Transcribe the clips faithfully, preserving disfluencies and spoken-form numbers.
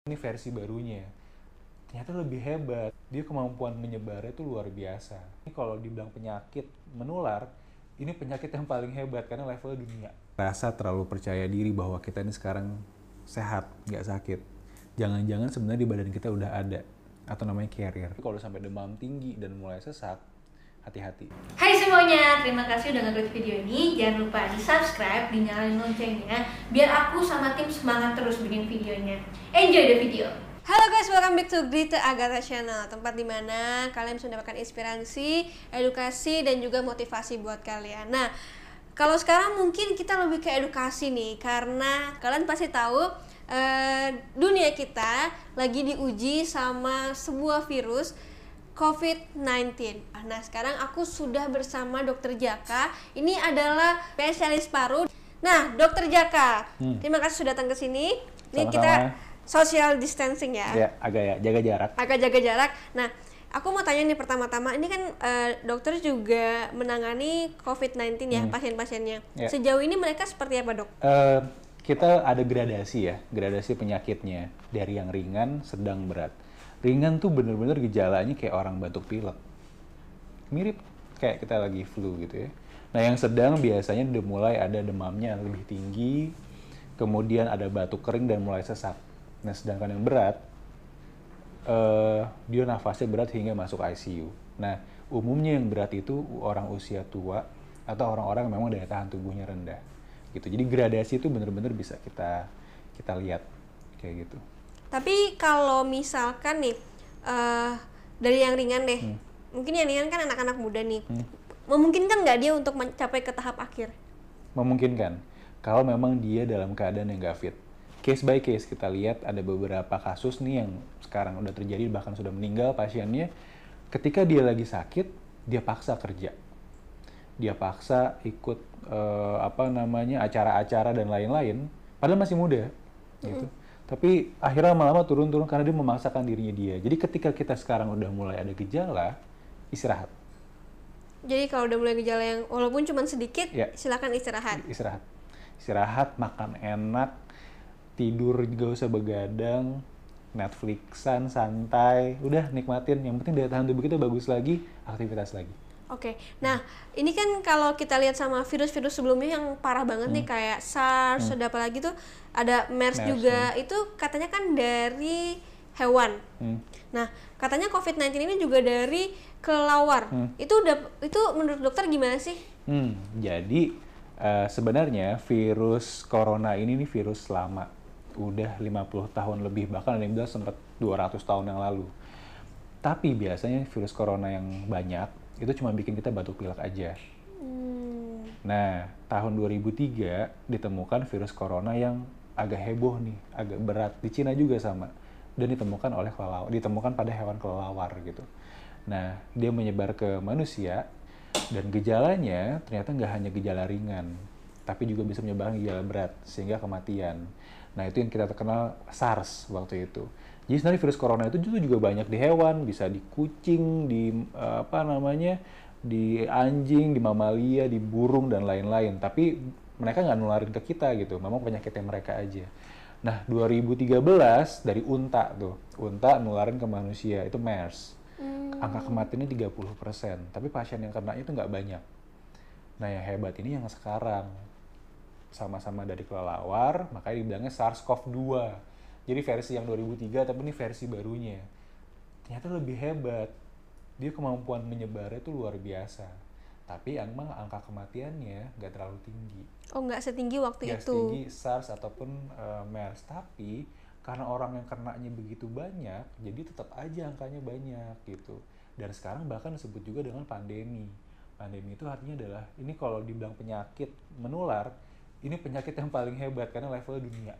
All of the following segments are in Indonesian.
Ini versi barunya, ternyata lebih hebat. Dia kemampuan menyebarnya itu luar biasa. Ini kalau dibilang penyakit menular, ini penyakit yang paling hebat karena levelnya dunia. Rasa terlalu percaya diri bahwa kita ini sekarang sehat, nggak sakit. Jangan-jangan sebenarnya di badan kita udah ada, atau namanya carrier. Kalau sampai demam tinggi dan mulai sesak, hati-hati. Hai semuanya, terima kasih udah ngeklik video ini. Jangan lupa di subscribe, dinyalain loncengnya, biar aku sama tim semangat terus bikin videonya. Enjoy the video. Halo guys, welcome back to Grita Agatha Channel, tempat dimana kalian bisa mendapatkan inspirasi, edukasi, dan juga motivasi buat kalian. Nah, kalau sekarang mungkin kita lebih ke edukasi nih, karena kalian pasti tahu eh, dunia kita lagi diuji sama sebuah virus covid sembilan belas. Nah, sekarang aku sudah bersama Dokter Jaka. Ini adalah spesialis paru. Nah, Dokter Jaka, hmm. terima kasih sudah datang ke sini. Ini Sama-sama. kita social distancing ya. Ya, agak ya, jaga jarak. Agak jaga jarak. Nah, aku mau tanya nih pertama-tama, ini kan uh, dokter juga menangani covid sembilan belas ya, hmm. pasien-pasiennya. Ya. Sejauh ini mereka seperti apa, Dok? Uh, kita ada gradasi ya, gradasi penyakitnya. Dari yang ringan, sedang, berat. Ringan tuh bener-bener gejalanya kayak orang batuk pilek. Mirip kayak kita lagi flu gitu ya. Nah, yang sedang biasanya udah mulai ada demamnya lebih tinggi, kemudian ada batuk kering dan mulai sesak. Nah, sedangkan yang berat, uh, dia nafasnya berat hingga masuk I C U. Nah, umumnya yang berat itu orang usia tua atau orang-orang yang memang daya tahan tubuhnya rendah. Gitu. Jadi gradasi itu bener-bener bisa kita kita lihat kayak gitu. Tapi kalau misalkan nih, uh, dari yang ringan deh, hmm. mungkin yang ringan kan anak-anak muda nih, hmm. memungkinkan nggak dia untuk mencapai ke tahap akhir? Memungkinkan, kalau memang dia dalam keadaan yang nggak fit. Case by case kita lihat ada beberapa kasus nih yang sekarang udah terjadi, bahkan sudah meninggal pasiennya, ketika dia lagi sakit, dia paksa kerja. Dia paksa ikut uh, apa namanya acara-acara dan lain-lain, padahal masih muda, gitu. Hmm. Tapi akhirnya lama-lama turun-turun karena dia memaksakan dirinya dia. Jadi ketika kita sekarang udah mulai ada gejala, istirahat. Jadi kalau udah mulai gejala yang walaupun cuma sedikit, ya, silakan istirahat. Istirahat. Istirahat, makan enak, tidur gak usah begadang, Netflixan, santai, udah nikmatin. Yang penting daya tahan tubuh kita bagus lagi, aktivitas lagi. Oke, nah ini kan kalau kita lihat sama virus-virus sebelumnya yang parah banget hmm. nih kayak SARS, hmm. ada apa lagi tuh, ada MERS, MERS juga, hmm. itu katanya kan dari hewan. Hmm. Nah, katanya covid sembilan belas ini juga dari kelelawar. Hmm. Itu udah, itu menurut dokter gimana sih? Hmm, jadi uh, sebenarnya virus corona ini nih virus lama, udah lima puluh tahun lebih, bahkan ada yang bilang sempat dua ratus tahun yang lalu. Tapi biasanya virus corona yang banyak itu cuma bikin kita batuk pilek aja. Hmm. Nah, tahun dua ribu tiga ditemukan virus corona yang agak heboh nih, agak berat. Di Cina juga sama. Dan ditemukan oleh kelelawar, ditemukan pada hewan kelelawar gitu. Nah, dia menyebar ke manusia dan gejalanya ternyata nggak hanya gejala ringan, tapi juga bisa menyebabkan gejala berat sehingga kematian. Nah, itu yang kita kenal SARS waktu itu. Jadi sebenarnya virus corona itu juga banyak di hewan, bisa di kucing, di apa namanya, di anjing, di mamalia, di burung dan lain-lain. Tapi mereka nggak nularin ke kita gitu, memang penyakitnya mereka aja. Nah, dua ribu tiga belas dari unta tuh, unta nularin ke manusia, itu MERS. Hmm. Angka kematiannya tiga puluh persen, tapi pasien yang kena itu nggak banyak. Nah, yang hebat ini yang sekarang, sama-sama dari kelelawar, makanya dibilangnya SARS-CoV dua. Jadi versi yang dua ribu tiga, tapi ini versi barunya. Ternyata lebih hebat. Dia kemampuan menyebarnya itu luar biasa. Tapi emang angka kematiannya nggak terlalu tinggi. Oh, nggak setinggi waktu gak itu? Nggak setinggi SARS ataupun uh, MERS. Tapi karena orang yang kenanya begitu banyak, jadi tetap aja angkanya banyak gitu. Dan sekarang bahkan disebut juga dengan pandemi. Pandemi itu artinya adalah, ini kalau dibilang penyakit menular, ini penyakit yang paling hebat karena levelnya dunia.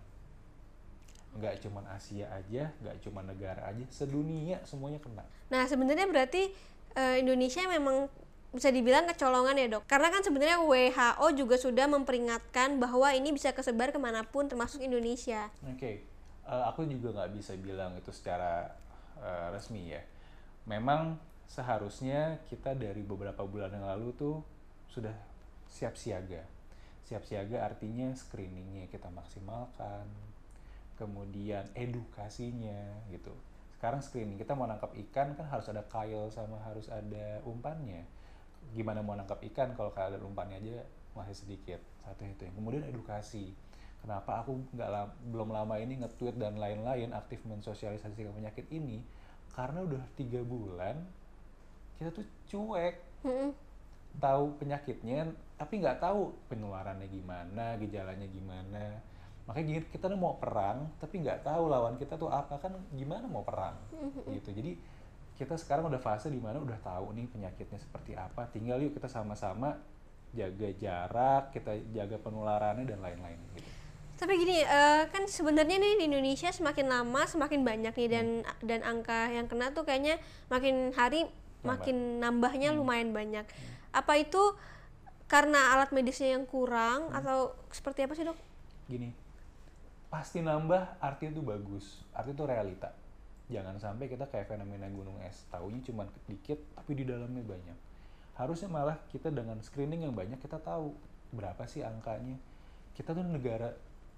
Nggak cuma Asia aja, nggak cuma negara aja, sedunia semuanya kena. Nah, sebenarnya berarti uh, Indonesia memang bisa dibilang kecolongan ya, Dok? Karena kan sebenarnya W H O juga sudah memperingatkan bahwa ini bisa kesebar kemanapun, termasuk Indonesia. Oke, okay. uh, aku juga nggak bisa bilang itu secara uh, resmi ya. Memang seharusnya kita dari beberapa bulan yang lalu tuh sudah siap siaga. Siap siaga artinya screeningnya kita maksimalkan. kemudian edukasinya gitu. Sekarang screening, kita mau nangkap ikan kan harus ada kail sama harus ada umpannya. Gimana mau nangkap ikan kalau kail dan umpannya aja masih sedikit. Satu itu yang. Kemudian edukasi. Kenapa aku nggak la- belum lama ini nge-tweet dan lain-lain aktif mensosialisasikan penyakit ini? Karena udah tiga bulan kita tuh cuek. Mm-mm. Tahu penyakitnya tapi nggak tahu penularannya gimana, gejalanya gimana. Makanya gini, kita tuh mau perang tapi nggak tahu lawan kita tuh apa, kan gimana mau perang gitu. Jadi kita sekarang udah fase di mana udah tahu nih penyakitnya seperti apa, tinggal yuk kita sama-sama jaga jarak, kita jaga penularannya dan lain-lain gitu. Tapi gini, eh, kan sebenarnya nih di Indonesia semakin lama semakin banyak nih dan dan angka yang kena tuh kayaknya makin hari Nambah. makin nambahnya lumayan banyak. Apa itu karena alat medisnya yang kurang atau seperti apa sih, Dok? Gini, pasti nambah artinya itu bagus, artinya itu realita. Jangan sampai kita kayak fenomena gunung es, taunya cuma dikit tapi di dalamnya banyak. Harusnya malah kita dengan screening yang banyak kita tahu berapa sih angkanya. Kita tuh negara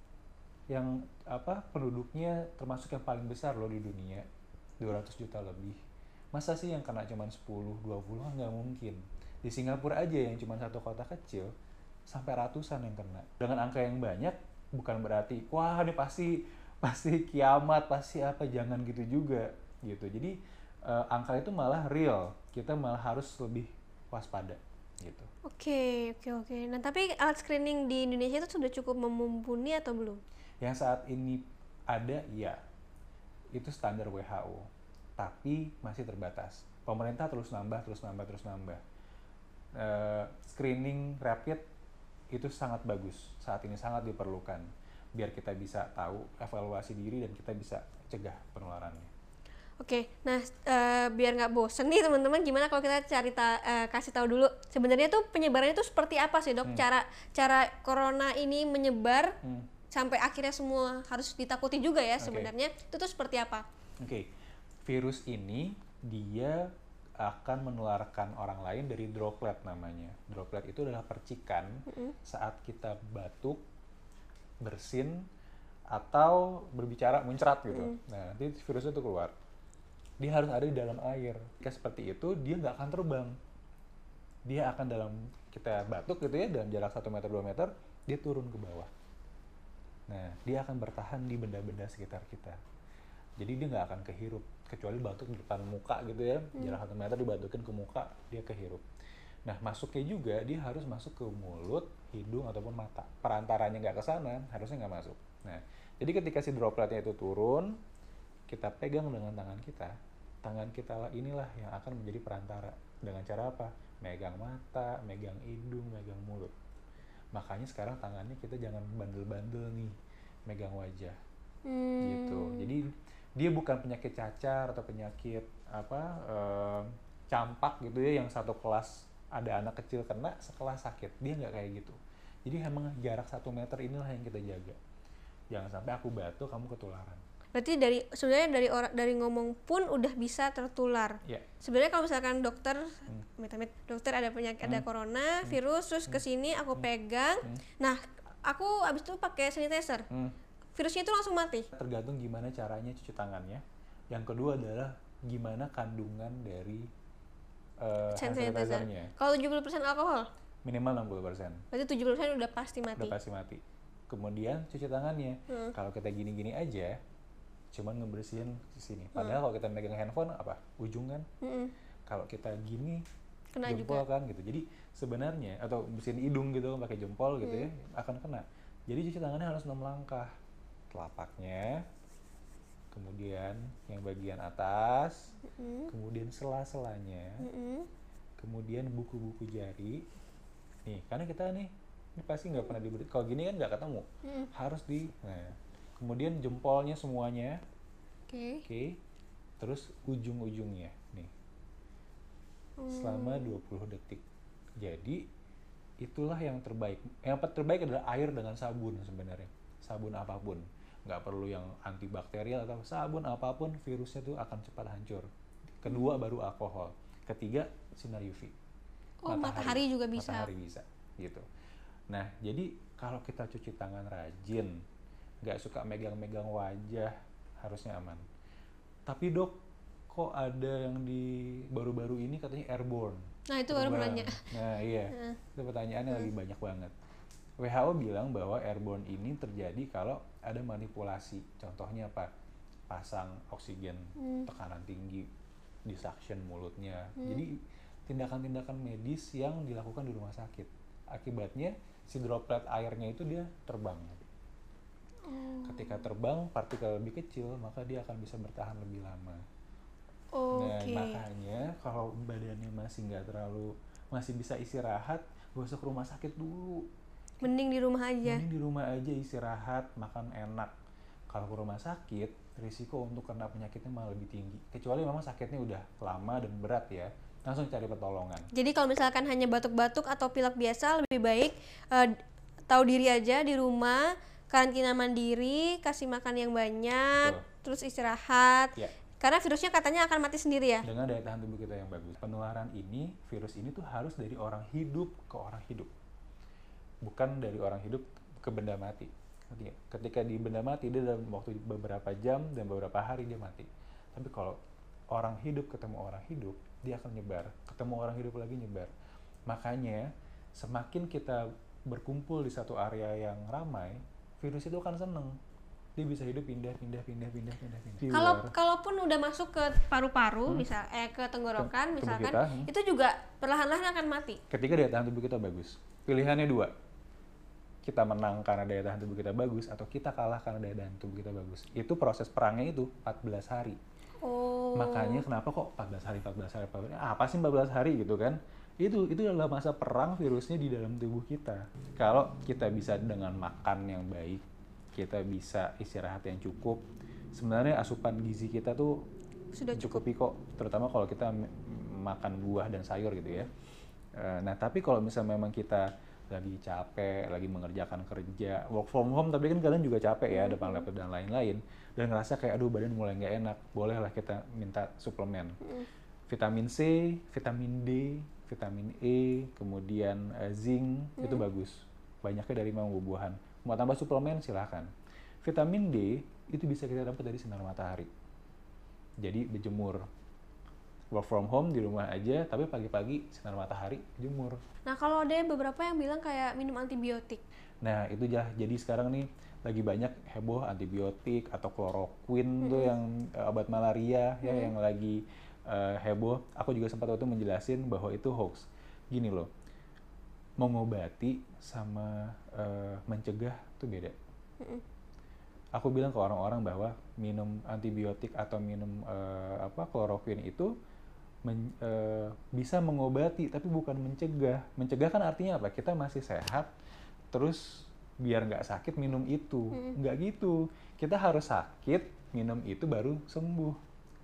yang apa penduduknya termasuk yang paling besar loh di dunia, dua ratus juta lebih. Masa sih yang kena cuma sepuluh, dua puluh? Nggak mungkin. Di Singapura aja yang cuma satu kota kecil sampai ratusan yang kena. Dengan angka yang banyak bukan berarti wah ini pasti pasti kiamat, pasti apa, jangan gitu juga gitu. Jadi eh, angka itu malah real. Kita malah harus lebih waspada gitu. Oke, oke, oke. Nah, tapi alat screening di Indonesia itu sudah cukup memumpuni atau belum? Yang saat ini ada, ya, itu standar W H O, tapi masih terbatas. Pemerintah terus nambah, terus nambah, terus nambah. Uh, screening rapid itu sangat bagus, saat ini sangat diperlukan, biar kita bisa tahu evaluasi diri dan kita bisa cegah penularannya. Oke, nah eh, biar nggak bosen nih teman-teman, gimana kalau kita cari ta- eh, kasih tahu dulu sebenarnya tuh penyebarannya tuh seperti apa sih, Dok? Hmm. Cara cara corona ini menyebar Hmm. sampai akhirnya semua harus ditakuti juga ya Oke. sebenarnya itu tuh seperti apa? Oke, virus ini dia akan menularkan orang lain dari droplet namanya. Droplet itu adalah percikan saat kita batuk, bersin, atau berbicara muncrat gitu. Nah, nanti virusnya itu keluar. Dia harus ada di dalam air. Kayak seperti itu, dia nggak akan terbang. Dia akan dalam, kita batuk gitu ya, dalam jarak satu meter, dua meter, dia turun ke bawah. Nah, dia akan bertahan di benda-benda sekitar kita. Jadi dia nggak akan kehirup, kecuali batuk di depan muka gitu ya, jarak satu meter dibatukin ke muka, dia kehirup. Nah, masuknya juga dia harus masuk ke mulut, hidung, ataupun mata. Perantaranya nggak ke sana, harusnya nggak masuk. Nah, jadi ketika si dropletnya itu turun, kita pegang dengan tangan kita. Tangan kita lah inilah yang akan menjadi perantara. Dengan cara apa? Megang mata, megang hidung, megang mulut. Makanya sekarang tangannya kita jangan bandel-bandel nih, megang wajah. Hmm. Gitu. Jadi dia bukan penyakit cacar atau penyakit apa eh, campak gitu ya yang satu kelas ada anak kecil kena sekelas sakit. Dia nggak kayak gitu. Jadi emang jarak satu meter inilah yang kita jaga. Jangan sampai aku batuk kamu ketularan. Berarti dari sebenarnya dari orang dari ngomong pun udah bisa tertular. Ya. Sebenarnya kalau misalkan dokter, amit-amit dokter ada penyakit, ada corona, virus, terus kesini aku pegang, nah aku abis itu pakai sanitizer, Hmm. virusnya itu langsung mati. Tergantung gimana caranya cuci tangannya. Yang kedua adalah gimana kandungan dari uh, hand Hand sanitizer. sanitizer-nya. Kalau tujuh puluh persen alkohol, Minimal enam puluh persen. berarti tujuh puluh persen udah pasti mati. Udah pasti mati. Kemudian cuci tangannya. Hmm. Kalau kita gini-gini aja, cuman ngebersihin di sini. Padahal kalau kita megang handphone apa? Ujung kan? Mm-mm. Kalau kita gini Kena jempol juga. kan gitu. Jadi sebenarnya atau bersihin hidung gitu pakai jempol gitu ya akan kena. Jadi cuci tangannya harus enam langkah. Telapaknya, kemudian yang bagian atas, Mm-mm. kemudian sela-selanya, Mm-mm. kemudian buku-buku jari. Nih, karena kita nih ini pasti nggak pernah diberi. Kalau gini kan nggak ketemu, Mm. harus di. Nah, kemudian jempolnya semuanya, Oke. oke. Terus ujung-ujungnya, nih, selama dua puluh detik. Jadi itulah yang terbaik. Yang terbaik adalah air dengan sabun sebenarnya. Sabun apapun, nggak perlu yang antibakterial atau sabun apapun, virusnya tuh akan cepat hancur. Kedua baru alkohol. Ketiga sinar U V. Oh, matahari juga bisa. Matahari bisa, gitu. Nah, jadi kalau kita cuci tangan rajin, nggak suka megang-megang wajah, harusnya aman. Tapi dok, kok ada yang di baru-baru ini katanya airborne? Nah itu baru Terbang. nanya. Nah iya, Nah. itu pertanyaannya lagi banyak banget. W H O bilang bahwa airborne ini terjadi kalau ada manipulasi. Contohnya apa? Pasang oksigen Hmm. tekanan tinggi, disuction mulutnya. Hmm. Jadi tindakan-tindakan medis yang dilakukan di rumah sakit. Akibatnya si droplet airnya itu dia terbang. Oh. Ketika terbang, partikel lebih kecil, maka dia akan bisa bertahan lebih lama. Oke. Nah, makanya kalau badannya masih nggak terlalu, masih bisa istirahat, gak usah ke rumah sakit dulu. Mending di rumah aja. Mending di rumah aja istirahat, makan enak. Kalau ke rumah sakit, risiko untuk kena penyakitnya malah lebih tinggi. Kecuali memang sakitnya udah lama dan berat ya, langsung cari pertolongan. Jadi kalau misalkan hanya batuk-batuk atau pilek biasa, lebih baik eh, tahu diri aja di rumah, karantina mandiri, kasih makan yang banyak, Betul. terus istirahat. Ya. Karena virusnya katanya akan mati sendiri ya. Dengan daya tahan tubuh kita yang bagus. Penularan ini, virus ini tuh harus dari orang hidup ke orang hidup. Bukan dari orang hidup ke benda mati. Ketika di benda mati, dia dalam waktu beberapa jam dan beberapa hari dia mati. Tapi kalau orang hidup ketemu orang hidup, dia akan nyebar. Ketemu orang hidup lagi nyebar. Makanya, semakin kita berkumpul di satu area yang ramai, virus itu akan seneng. Dia bisa hidup pindah, pindah, pindah, pindah, pindah, pindah. Di Kalau luar. kalaupun udah masuk ke paru-paru, Hmm. misal eh ke tenggorokan Tubuh misalkan, kita, hmm. itu juga perlahan-lahan akan mati. Ketika daya tahan tubuh kita bagus, pilihannya dua. Kita menang karena daya tahan tubuh kita bagus, atau kita kalah karena daya tahan tubuh kita bagus. Itu proses perangnya itu empat belas hari. Oh. Makanya kenapa kok empat belas hari, empat belas hari, empat belas hari? Apa sih empat belas hari gitu kan? Itu itu adalah masa perang virusnya di dalam tubuh kita. Kalau kita bisa dengan makan yang baik, kita bisa istirahat yang cukup, sebenarnya asupan gizi kita tuh Sudah mencukupi kok, terutama kalau kita m- makan buah dan sayur gitu ya. Eh, Nah tapi kalau misalnya memang kita lagi capek, lagi mengerjakan kerja, work from home, tapi kan kalian juga capek ya, depan laptop dan lain-lain, dan ngerasa kayak aduh badan mulai nggak enak, bolehlah kita minta suplemen. Vitamin C, vitamin D, vitamin E, kemudian eh, zinc, itu bagus. Banyaknya dari memang buah-buahan. Mau tambah suplemen silahkan. Vitamin D itu bisa kita dapat dari sinar matahari. Jadi berjemur. Work from home di rumah aja, tapi pagi-pagi sinar matahari jemur. Nah kalau ada beberapa yang bilang kayak minum antibiotik. Nah itu jah, jadi sekarang nih lagi banyak heboh antibiotik atau kloroquine tuh yang eh, obat malaria ya yang lagi eh, heboh. Aku juga sempat waktu itu menjelasin bahwa itu hoax. Gini loh, mengobati sama eh, mencegah tuh beda. Aku bilang ke orang-orang bahwa minum antibiotik atau minum eh, apa kloroquine itu men- eh, bisa mengobati tapi bukan mencegah. Mencegah kan artinya apa? Kita masih sehat, terus biar nggak sakit minum itu. Nggak gitu. Kita harus sakit, minum itu baru sembuh.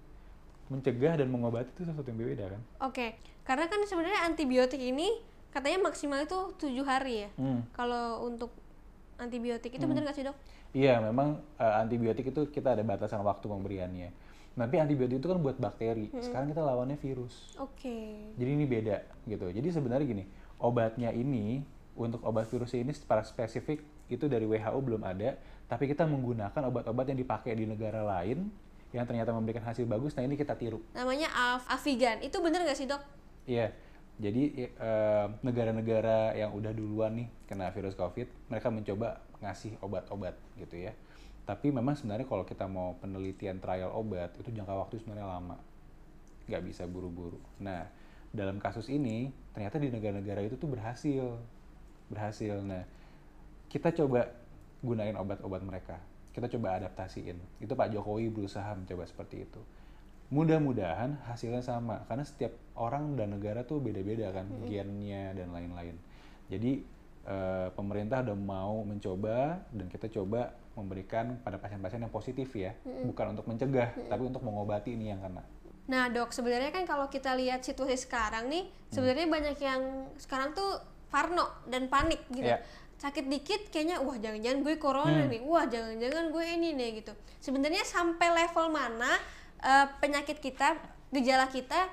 Mencegah dan mengobati itu sesuatu yang berbeda kan? Oke, karena kan sebenarnya antibiotik ini katanya maksimal itu tujuh hari ya. Hmm. Kalau untuk antibiotik itu bener nggak sih dok? Iya, memang eh, antibiotik itu kita ada batasan waktu pemberiannya. Tapi antibiotik itu kan buat bakteri. Sekarang kita lawannya virus. Oke. Jadi ini beda gitu. Jadi sebenarnya gini, obatnya ini untuk obat virus ini secara spesifik itu dari W H O belum ada, tapi kita menggunakan obat-obat yang dipakai di negara lain yang ternyata memberikan hasil bagus. Nah ini kita tiru. Namanya Af- Avigan. Itu bener nggak sih dok? Iya. Jadi eh, negara-negara yang udah duluan nih kena virus COVID, mereka mencoba ngasih obat-obat gitu ya. Tapi memang sebenarnya kalau kita mau penelitian trial obat, itu jangka waktu sebenarnya lama. Nggak bisa buru-buru. Nah, dalam kasus ini, ternyata di negara-negara itu tuh berhasil. Berhasil. Nah, kita coba gunain obat-obat mereka. Kita coba adaptasiin. Itu Pak Jokowi berusaha mencoba seperti itu. Mudah-mudahan hasilnya sama, karena setiap orang dan negara tuh beda-beda kan, gennya dan lain-lain. Jadi eh, pemerintah udah mau mencoba dan kita coba memberikan pada pasien-pasien yang positif ya, bukan untuk mencegah, tapi untuk mengobati ini yang kena. Nah dok, sebenarnya kan kalau kita lihat situasi sekarang nih, sebenarnya banyak yang sekarang tuh parno dan panik gitu. Iya. Sakit dikit kayaknya, wah jangan-jangan gue corona nih, wah jangan-jangan gue ini nih gitu. Sebenarnya sampai level mana eh, penyakit kita, gejala kita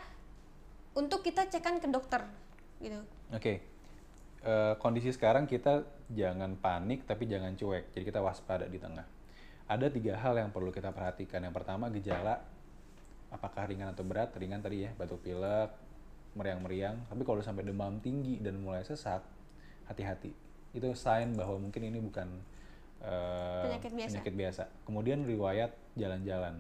untuk kita cekan ke dokter gitu. Oke, Eh, kondisi sekarang kita jangan panik tapi jangan cuek, jadi kita waspada di tengah. ada tiga hal yang perlu kita perhatikan. Yang pertama, gejala, apakah ringan atau berat. Ringan tadi ya, batuk pilek, meriang-meriang. Tapi kalau sampai demam tinggi dan mulai sesak, hati-hati. Itu sign bahwa mungkin ini bukan uh, penyakit biasa. penyakit biasa. Kemudian riwayat jalan-jalan,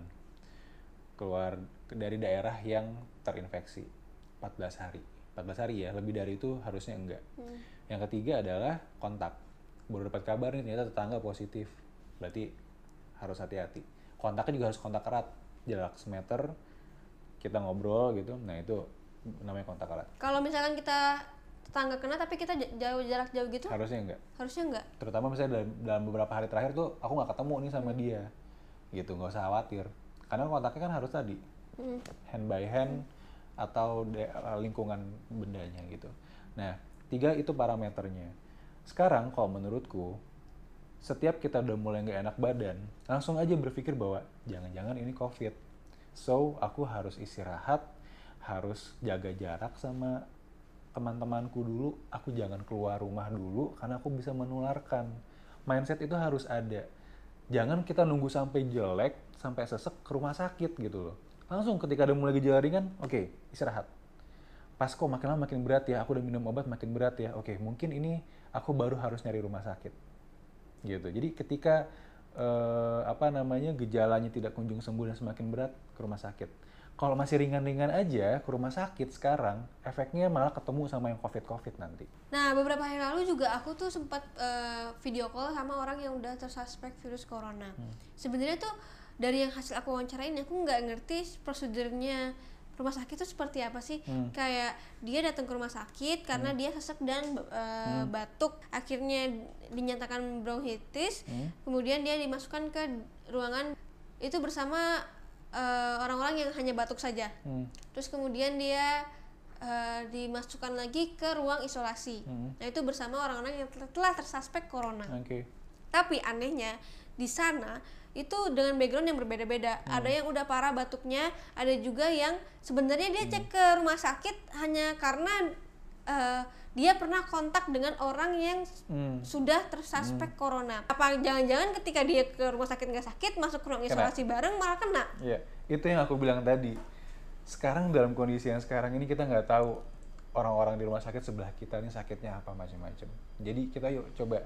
keluar dari daerah yang terinfeksi empat belas hari. empat belas hari ya, lebih dari itu harusnya enggak. Hmm. Yang ketiga adalah kontak. Baru dapat kabar nih ternyata tetangga positif. Berarti harus hati-hati. Kontaknya juga harus kontak erat. Jarak semeter, kita ngobrol gitu. Nah itu namanya kontak erat. Kalau misalkan kita tetangga kena tapi kita jauh jarak jauh gitu? Harusnya enggak. Harusnya enggak. Terutama misalnya dalam, dalam beberapa hari terakhir tuh aku nggak ketemu nih sama hmm. dia. Gitu, nggak usah khawatir. Karena kontaknya kan harus tadi. Hmm. Hand by hand. Hmm. Atau de- lingkungan bendanya gitu. Nah, tiga itu parameternya. Sekarang kalau menurutku, setiap kita udah mulai nggak enak badan, langsung aja berpikir bahwa jangan-jangan ini COVID. So, aku harus istirahat, harus jaga jarak sama teman-temanku dulu, aku jangan keluar rumah dulu karena aku bisa menularkan. Mindset itu harus ada. Jangan kita nunggu sampai jelek, sampai sesek ke rumah sakit gitu loh. Langsung ketika ada mulai gejala ringan, oke, okay, istirahat. Pas kok makin lama makin berat ya, aku udah minum obat makin berat ya, oke, okay, mungkin ini aku baru harus nyari rumah sakit. Gitu. Jadi ketika eh, apa namanya gejalanya tidak kunjung sembuh dan semakin berat, ke rumah sakit. Kalau masih ringan-ringan aja, ke rumah sakit sekarang, efeknya malah ketemu sama yang covid-covid nanti. Nah, beberapa hari lalu juga aku tuh sempat uh, video call sama orang yang udah tersuspek virus corona. Hmm. Sebenarnya tuh dari yang hasil aku wawancarain, aku nggak ngerti prosedurnya rumah sakit itu seperti apa sih. Hmm. Kayak dia datang ke rumah sakit karena hmm. dia sesek dan uh, hmm. batuk, akhirnya dinyatakan bronkitis, hmm. kemudian dia dimasukkan ke ruangan itu bersama uh, orang-orang yang hanya batuk saja. Hmm. Terus kemudian dia uh, dimasukkan lagi ke ruang isolasi. Hmm. Nah itu bersama orang-orang yang telah tersuspek corona. Okay. Tapi anehnya di sana itu dengan background yang berbeda-beda. Hmm. Ada yang udah parah batuknya, ada juga yang sebenarnya dia hmm. cek ke rumah sakit hanya karena uh, dia pernah kontak dengan orang yang hmm. sudah tersuspek hmm. corona. Apa jangan-jangan ketika dia ke rumah sakit nggak sakit, masuk ke ruang isolasi kena. bareng malah kena? Iya, itu yang aku bilang tadi. Sekarang dalam kondisi yang sekarang ini kita nggak tahu orang-orang di rumah sakit sebelah kita ini sakitnya apa macam-macam. Jadi kita yuk coba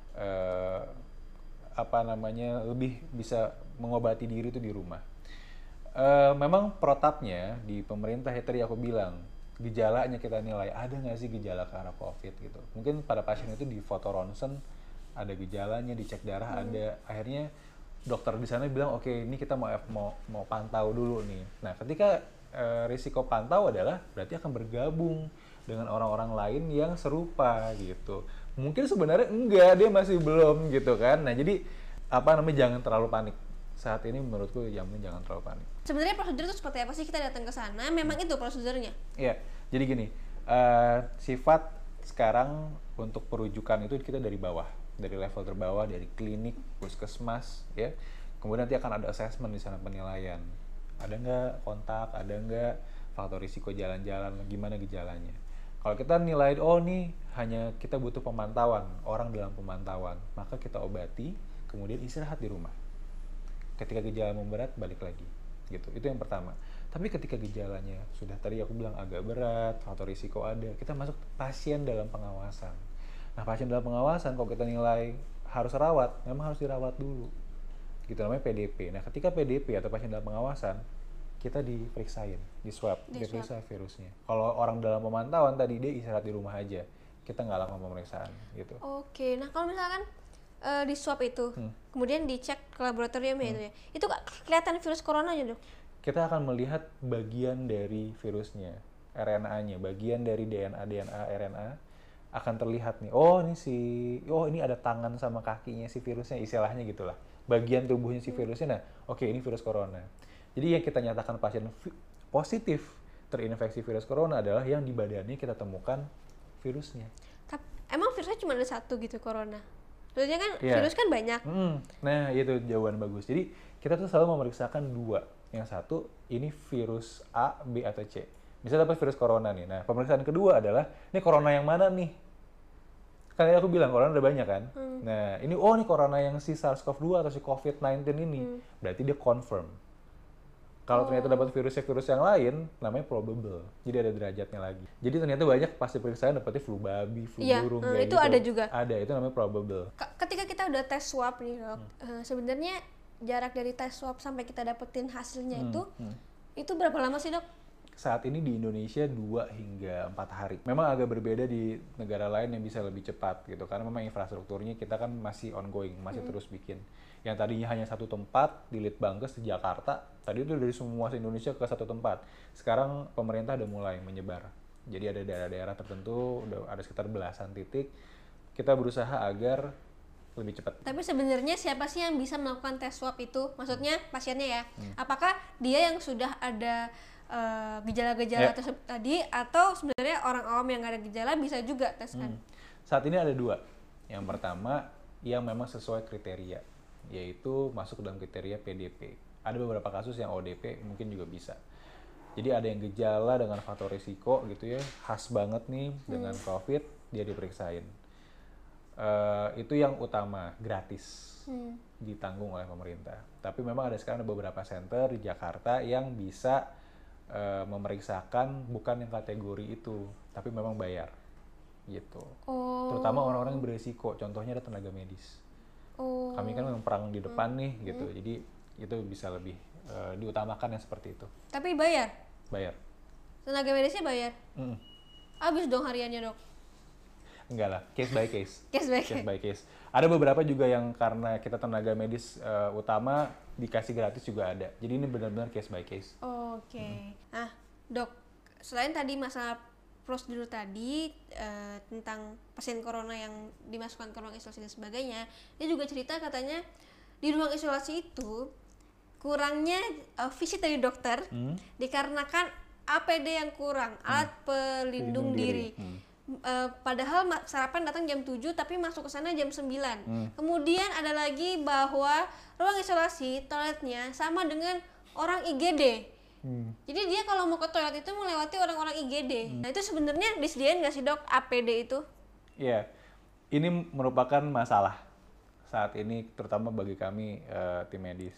uh, apa namanya lebih bisa mengobati diri itu di rumah. E, memang protapnya di pemerintah ya tadi aku bilang gejalanya kita nilai ada nggak sih gejala ke arah COVID gitu. Mungkin pada pasien itu di foto ronsen ada gejalanya, dicek darah hmm. ada. Akhirnya dokter di sana bilang oke okay, ini kita mau mau mau pantau dulu nih. Nah ketika e, risiko pantau adalah berarti akan bergabung dengan orang-orang lain yang serupa gitu. Mungkin sebenarnya enggak, dia masih belum gitu kan. Nah, jadi apa namanya jangan terlalu panik. Saat ini menurutku yang penting jangan terlalu panik. Sebenarnya prosedur itu seperti apa sih kita datang ke sana? Memang hmm. itu prosedurnya? Iya. Jadi gini, uh, sifat sekarang untuk perujukan itu kita dari bawah, dari level terbawah, dari klinik, puskesmas, ya. Kemudian nanti akan ada assessment di sana penilaian. Ada nggak kontak, ada nggak faktor risiko jalan-jalan, gimana gejalanya. Kalau kita nilai, oh nih hanya kita butuh pemantauan, orang dalam pemantauan, maka kita obati, kemudian istirahat di rumah. Ketika gejala memberat, balik lagi. Gitu. Itu yang pertama. Tapi ketika gejalanya sudah tadi aku bilang agak berat, faktor risiko ada, kita masuk pasien dalam pengawasan. Nah pasien dalam pengawasan, kalau kita nilai harus rawat, memang harus dirawat dulu. Gitu namanya P D P. Nah ketika P D P atau pasien dalam pengawasan, kita diperiksain, di swab, di diperiksa virusnya. Kalau orang dalam pemantauan tadi dia istirahat di rumah aja, kita nggak lakukan pemeriksaan gitu. Oke, nah kalau misalkan uh, di swab itu, hmm. kemudian dicek ke laboratorium hmm. itu ya, itu kelihatan virus coronanya dok? Kita akan melihat bagian dari virusnya, R N A-nya, bagian dari D N A, D N A, R N A akan terlihat nih. Oh ini si, oh ini ada tangan sama kakinya si virusnya, istilahnya gitulah. Bagian tubuhnya si virusnya, nah oke okay, ini virus corona. Jadi yang kita nyatakan pasien vi- positif terinfeksi virus corona adalah yang di badannya kita temukan virusnya. Tapi emang virusnya cuma ada satu gitu corona? Maksudnya kan yeah. virus kan banyak. Mm, nah itu jawaban bagus. Jadi kita tuh selalu memeriksakan dua. Yang satu ini virus A, B atau C. Misalnya dapat virus corona nih. Nah pemeriksaan kedua adalah ini corona yang mana nih? Kan tadi aku bilang corona udah banyak kan. Hmm. Nah ini oh ini corona yang si SARS-C o V dua atau si covid sembilan belas ini, hmm. berarti dia confirm. Kalau oh. ternyata dapat virusnya virus yang lain, namanya probable. Jadi ada derajatnya lagi. Jadi ternyata banyak pasti periksaan dapetnya flu babi, flu iya, burung. Hmm, itu gitu. ada juga. Ada, itu namanya probable. Ketika kita udah tes swab nih dok, hmm. uh, sebenarnya jarak dari tes swab sampai kita dapetin hasilnya hmm. itu, hmm. itu berapa lama sih dok? Saat ini di Indonesia dua hingga empat hari. Memang agak berbeda di negara lain yang bisa lebih cepat gitu. Karena memang infrastrukturnya kita kan masih ongoing, masih hmm. terus bikin. Yang tadinya hanya satu tempat di Litbangkes di Jakarta, tadi itu dari semua se-Indonesia ke satu tempat. Sekarang pemerintah udah mulai menyebar. Jadi ada daerah-daerah tertentu, udah ada sekitar belasan titik. Kita berusaha agar lebih cepat. Tapi sebenarnya siapa sih yang bisa melakukan tes swab itu? Maksudnya pasiennya ya? Hmm. Apakah dia yang sudah ada Uh, gejala-gejala yeah. tersebut tadi atau sebenarnya orang awam yang nggak ada gejala bisa juga tes kan? Hmm. Saat ini ada dua. Yang pertama yang memang sesuai kriteria, yaitu masuk dalam kriteria P D P. Ada beberapa kasus yang O D P mungkin juga bisa. Jadi ada yang gejala dengan faktor risiko gitu ya, khas banget nih hmm. dengan COVID, dia diperiksain. Uh, itu yang utama, gratis. Hmm. Ditanggung oleh pemerintah. Tapi memang ada sekarang ada beberapa center di Jakarta yang bisa Uh, memeriksakan bukan yang kategori itu, tapi memang bayar, gitu. Oh. Terutama orang-orang yang beresiko, contohnya ada tenaga medis. Oh. Kami kan memang perang di depan hmm. nih, gitu. Hmm. Jadi itu bisa lebih uh, diutamakan yang seperti itu. Tapi bayar? Bayar. Tenaga medisnya bayar? Mm. Abis dong hariannya dok? Enggak lah, case by case. Case by case. Case by case. Ada beberapa juga yang karena kita tenaga medis uh, utama dikasih gratis juga ada. Jadi ini benar-benar case by case. Oh, Oke. Okay. Hmm. Nah, dok, selain tadi masalah prosedur tadi uh, tentang pasien corona yang dimasukkan ke ruang isolasi dan sebagainya, dia juga cerita katanya di ruang isolasi itu kurangnya uh, visit dari dokter hmm? dikarenakan A P D yang kurang, alat hmm. pelindung, pelindung diri. diri. Hmm. Uh, padahal sarapan datang jam tujuh tapi masuk ke sana jam sembilan. Hmm. Kemudian ada lagi bahwa ruang isolasi toiletnya sama dengan orang I G D. Hmm. Jadi dia kalau mau ke toilet itu melewati orang-orang I G D. Hmm. Nah itu sebenarnya disediain nggak sih dok A P D itu? Iya, yeah. Ini merupakan masalah saat ini terutama bagi kami uh, tim medis.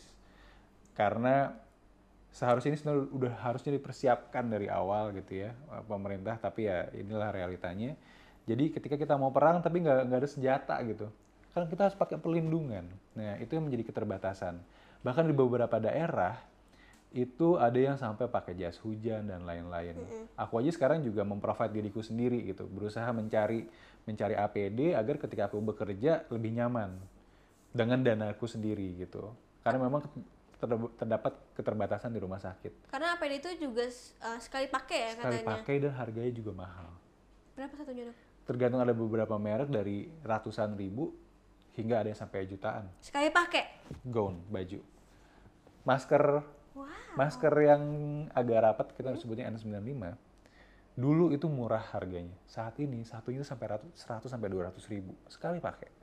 Karena seharusnya ini sebenarnya udah harusnya dipersiapkan dari awal gitu ya pemerintah, tapi ya inilah realitanya. Jadi ketika kita mau perang tapi nggak nggak ada senjata gitu, kan kita harus pakai perlindungan. Nah itu yang menjadi keterbatasan. Bahkan di beberapa daerah itu ada yang sampai pakai jas hujan dan lain-lain. Mm-hmm. Aku aja sekarang juga memprovide diriku sendiri gitu, berusaha mencari mencari A P D agar ketika aku bekerja lebih nyaman dengan danaku sendiri gitu. Karena memang terdapat keterbatasan di rumah sakit. Karena A P D itu juga uh, sekali pakai ya sekali katanya. Sekali pakai dan harganya juga mahal. Berapa satunya dok? Tergantung, ada beberapa merek dari ratusan ribu hingga ada yang sampai jutaan. Sekali pakai? Gaun, baju. Masker, wow. Masker yang agak rapat kita hmm. sebutnya N sembilan puluh lima. Dulu itu murah harganya. Saat ini satunya sampai seratus sampai dua ratus ribu sekali pakai.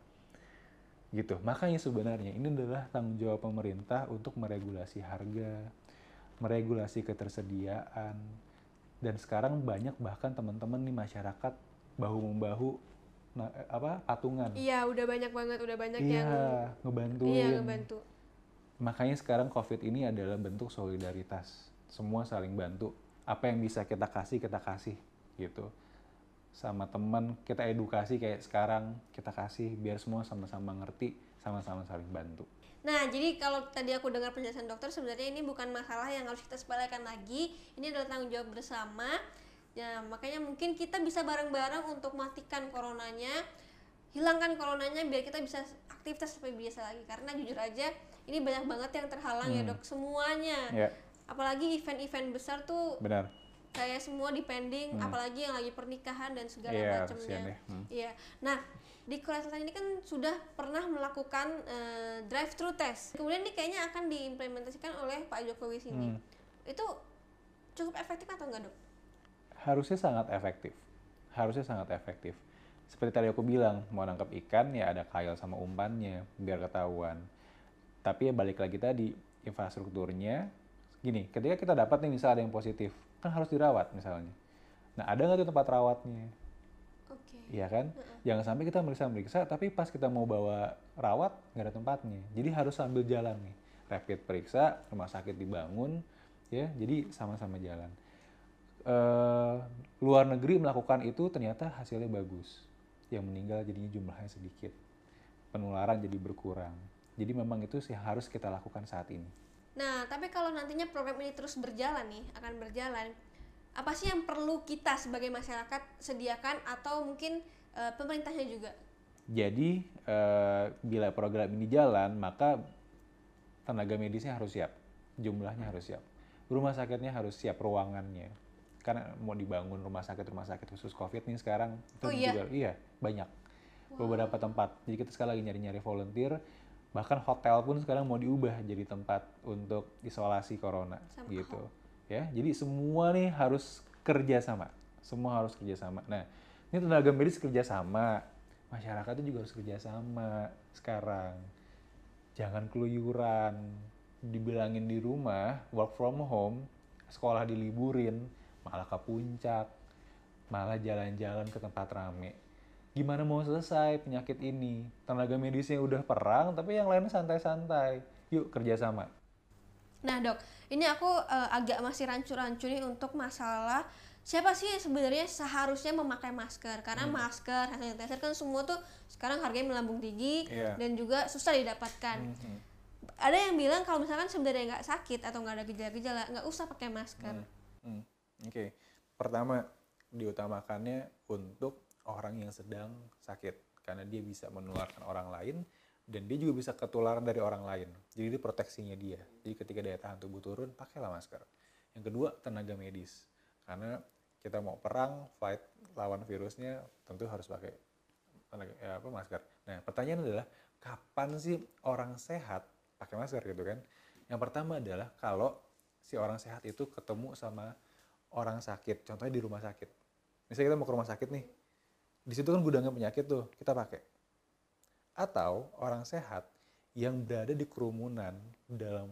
Gitu. Makanya sebenarnya ini adalah tanggung jawab pemerintah untuk meregulasi harga, meregulasi ketersediaan. Dan sekarang banyak bahkan teman-teman nih masyarakat bahu-membahu nah, apa patungan. Iya, udah banyak banget, udah banyak iya, yang ngebantuin. Iya, ngebantu. Makanya sekarang COVID ini adalah bentuk solidaritas. Semua saling bantu. Apa yang bisa kita kasih, kita kasih gitu. Sama teman kita edukasi kayak sekarang kita kasih biar semua sama-sama ngerti, sama-sama saling bantu. Nah, jadi kalau tadi aku dengar penjelasan dokter, sebenarnya ini bukan masalah yang harus kita sepelekan lagi. Ini adalah tanggung jawab bersama. Ya, makanya mungkin kita bisa bareng-bareng untuk matikan coronanya, hilangkan coronanya biar kita bisa aktivitas seperti biasa lagi. Karena jujur aja ini banyak banget yang terhalang hmm. ya dok, semuanya. Yeah. Apalagi event-event besar tuh. Benar. Kayak semua depending, hmm. apalagi yang lagi pernikahan dan segala yeah, macamnya. Iya. Hmm. Yeah. Nah, di Korea Selatan ini kan sudah pernah melakukan uh, drive-thru test. Kemudian ini kayaknya akan diimplementasikan oleh Pak Jokowi sini. Hmm. Itu cukup efektif atau enggak, dok? Harusnya sangat efektif. Harusnya sangat efektif. Seperti tadi aku bilang, mau nangkap ikan ya ada kail sama umpannya biar ketahuan. Tapi ya balik lagi tadi, infrastrukturnya gini, ketika kita dapat nih misalnya ada yang positif, kan harus dirawat misalnya. Nah, ada nggak tuh tempat rawatnya? Oke. Iya kan? Jangan sampai kita meriksa-meriksa, tapi pas kita mau bawa rawat, nggak ada tempatnya. Jadi harus sambil jalan nih. Rapid periksa, rumah sakit dibangun, ya. Jadi sama-sama jalan. Uh, luar negeri melakukan itu ternyata hasilnya bagus. Yang meninggal jadinya jumlahnya sedikit. Penularan jadi berkurang. Jadi memang itu sih harus kita lakukan saat ini. Nah, tapi kalau nantinya program ini terus berjalan nih, akan berjalan, apa sih yang perlu kita sebagai masyarakat sediakan atau mungkin uh, pemerintahnya juga? Jadi uh, bila program ini jalan, maka tenaga medisnya harus siap, jumlahnya harus siap, rumah sakitnya harus siap ruangannya, karena mau dibangun rumah sakit rumah sakit khusus COVID nih sekarang itu oh, iya? juga iya banyak wow. beberapa tempat. Jadi kita sekarang lagi nyari-nyari volunteer, bahkan hotel pun sekarang mau diubah jadi tempat untuk isolasi corona. Sama gitu. Home. Ya, jadi semua nih harus kerjasama, semua harus kerjasama. Nah, ini tenaga medis kerjasama, masyarakatnya juga harus kerjasama sekarang. Jangan keluyuran, dibilangin di rumah, work from home, sekolah diliburin, malah ke puncak, malah jalan-jalan ke tempat rame. Gimana mau selesai penyakit ini? Tenaga medisnya udah perang, tapi yang lainnya santai-santai. Yuk kerjasama. Nah dok, ini aku uh, agak masih rancu-rancu nih untuk masalah siapa sih sebenarnya seharusnya memakai masker, karena hmm. masker, hand sanitizer kan semua tuh sekarang harganya melambung tinggi yeah. dan juga susah didapatkan. Hmm. Ada yang bilang kalau misalkan sebenarnya nggak sakit atau nggak ada gejala-gejala, nggak usah pakai masker. Hmm. Hmm. Oke, okay. Pertama diutamakannya untuk orang yang sedang sakit, karena dia bisa menularkan orang lain. Dan dia juga bisa ketularan dari orang lain. Jadi itu proteksinya dia. Jadi ketika daya tahan tubuh turun, pakailah masker. Yang kedua, tenaga medis. Karena kita mau perang, fight lawan virusnya, tentu harus pakai tenaga, ya, apa, masker. Nah, pertanyaan adalah, kapan sih orang sehat pakai masker gitu kan? Yang pertama adalah kalau si orang sehat itu ketemu sama orang sakit. Contohnya di rumah sakit. Misalnya kita mau ke rumah sakit nih. Di situ kan gudangnya penyakit tuh, kita pakai. Atau orang sehat yang berada di kerumunan dalam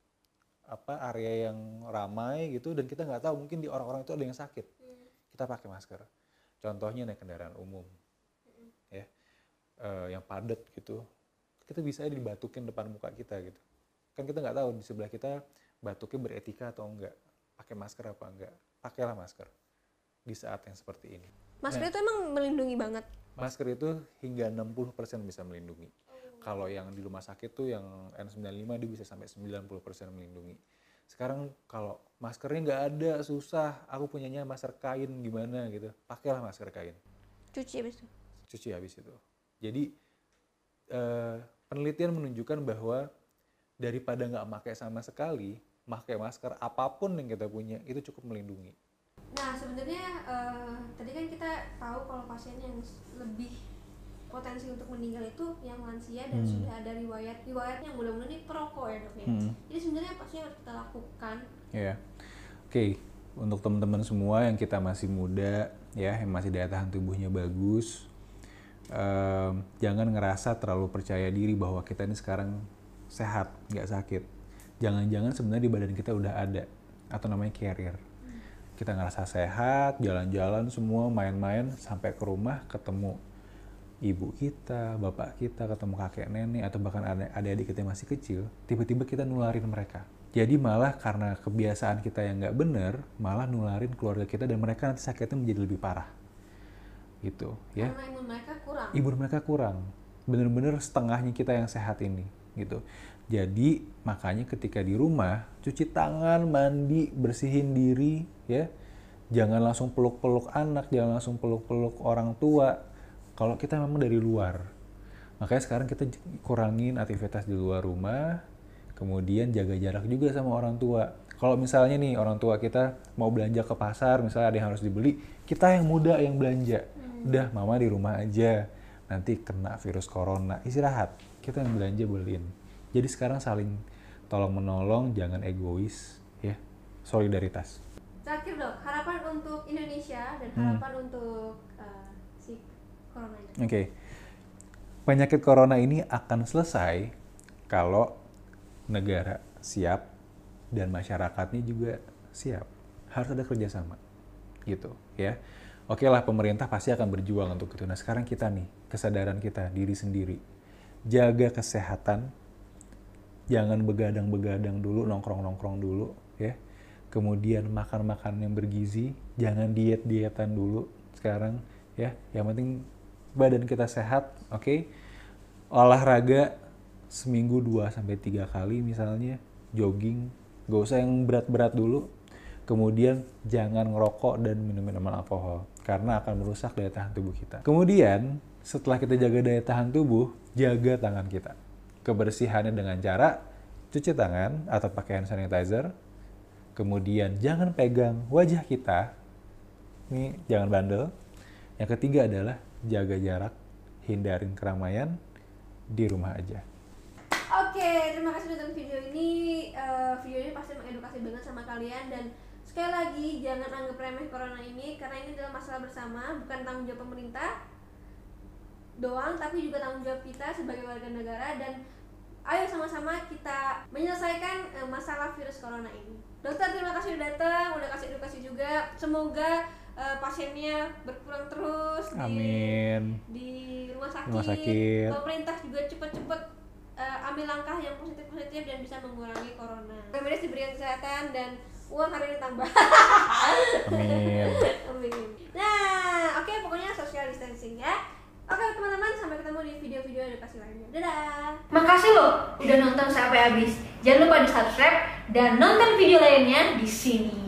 apa area yang ramai gitu, dan kita nggak tahu mungkin di orang-orang itu ada yang sakit, hmm. kita pakai masker. Contohnya naik kendaraan umum, hmm. ya, uh, yang padat gitu, kita bisa dibatukin depan muka kita gitu. Kan kita nggak tahu di sebelah kita batuknya beretika atau enggak, pakai masker apa enggak. Pakailah masker di saat yang seperti ini. Masker nah, itu emang melindungi banget. Masker itu hingga enam puluh persen bisa melindungi. Oh. Kalau yang di rumah sakit tuh yang N sembilan puluh lima dia bisa sampai sembilan puluh persen melindungi. Sekarang kalau maskernya nggak ada, susah, aku punyanya masker kain gimana gitu, pakailah masker kain. Cuci habis itu? Cuci habis itu. Jadi eh, penelitian menunjukkan bahwa daripada nggak pakai sama sekali, pakai masker apapun yang kita punya itu cukup melindungi. Nah sebenarnya uh, tadi kan kita tahu kalau pasien yang lebih potensi untuk meninggal itu yang lansia dan hmm. sudah ada riwayat riwayat yang mudah-mudahan ini perokok ya dok ya. Hmm. Jadi sebenarnya apa sih yang harus kita lakukan? Ya, yeah. Oke, okay. Untuk teman-teman semua yang kita masih muda ya, yang masih daya tahan tubuhnya bagus, um, jangan ngerasa terlalu percaya diri bahwa kita ini sekarang sehat, nggak sakit. Jangan-jangan sebenarnya di badan kita udah ada atau namanya carrier. Kita ngerasa sehat, jalan-jalan semua, main-main, sampai ke rumah ketemu ibu kita, bapak kita, ketemu kakek nenek, atau bahkan adik-adik kita yang masih kecil, tiba-tiba kita nularin mereka. Jadi malah karena kebiasaan kita yang nggak benar, malah nularin keluarga kita dan mereka nanti sakitnya menjadi lebih parah. Gitu, ya. Karena imun mereka kurang. Imun mereka kurang. Bener-bener setengahnya kita yang sehat ini, gitu. Jadi makanya ketika di rumah, cuci tangan, mandi, bersihin diri, ya. Jangan langsung peluk-peluk anak, jangan langsung peluk-peluk orang tua. Kalau kita memang dari luar. Makanya sekarang kita kurangin aktivitas di luar rumah, kemudian jaga jarak juga sama orang tua. Kalau misalnya nih orang tua kita mau belanja ke pasar, misalnya ada yang harus dibeli, kita yang muda yang belanja. Hmm. Udah, mama di rumah aja. Nanti kena virus corona, istirahat. Kita yang belanja beliin. Jadi sekarang saling tolong menolong, jangan egois, ya. Solidaritas. Terakhir dok, harapan untuk Indonesia dan harapan hmm. untuk uh, si corona ini. Oke, okay. Penyakit corona ini akan selesai kalau negara siap dan masyarakatnya juga siap. Harus ada kerjasama, gitu, ya. Oke lah, pemerintah pasti akan berjuang untuk itu. Nah sekarang kita nih, kesadaran kita, diri sendiri. Jaga kesehatan, jangan begadang-begadang dulu, nongkrong-nongkrong dulu, ya. Kemudian makan makanan yang bergizi, jangan diet-dietan dulu sekarang, ya. Yang penting badan kita sehat, oke. Okay? Olahraga seminggu dua sampai tiga kali misalnya, jogging, gak usah yang berat-berat dulu. Kemudian jangan ngerokok dan minum minuman alkohol karena akan merusak daya tahan tubuh kita. Kemudian setelah kita jaga daya tahan tubuh, jaga tangan kita. Kebersihannya dengan cara cuci tangan atau pakai hand sanitizer. Kemudian jangan pegang wajah kita. Ini jangan bandel. Yang ketiga adalah jaga jarak, hindarin keramaian, di rumah aja. Oke, terima kasih sudah nonton video ini. Uh, video ini pasti mengedukasi banget sama kalian, dan sekali lagi jangan anggap remeh corona ini, karena ini adalah masalah bersama, bukan tanggung jawab pemerintah doang, tapi juga tanggung jawab kita sebagai warga negara. Dan ayo sama-sama kita menyelesaikan uh, masalah virus corona ini. Dokter, terima kasih sudah datang, udah kasih edukasi juga. Semoga uh, pasiennya berkurang terus. Amin. Di, di rumah sakit. Rumah sakit. Pemerintah juga cepet-cepet uh, ambil langkah yang positif-positif dan bisa mengurangi corona. Medis diberikan kesehatan dan uang hari ini tambah. Amin. Amin. Nah, oke okay, pokoknya social distancing ya. Oke okay, teman-teman, sampai ketemu di video-video edukasi lainnya. Dadah. Makasih loh udah nonton sampai habis. Jangan lupa di subscribe dan nonton video lainnya di sini.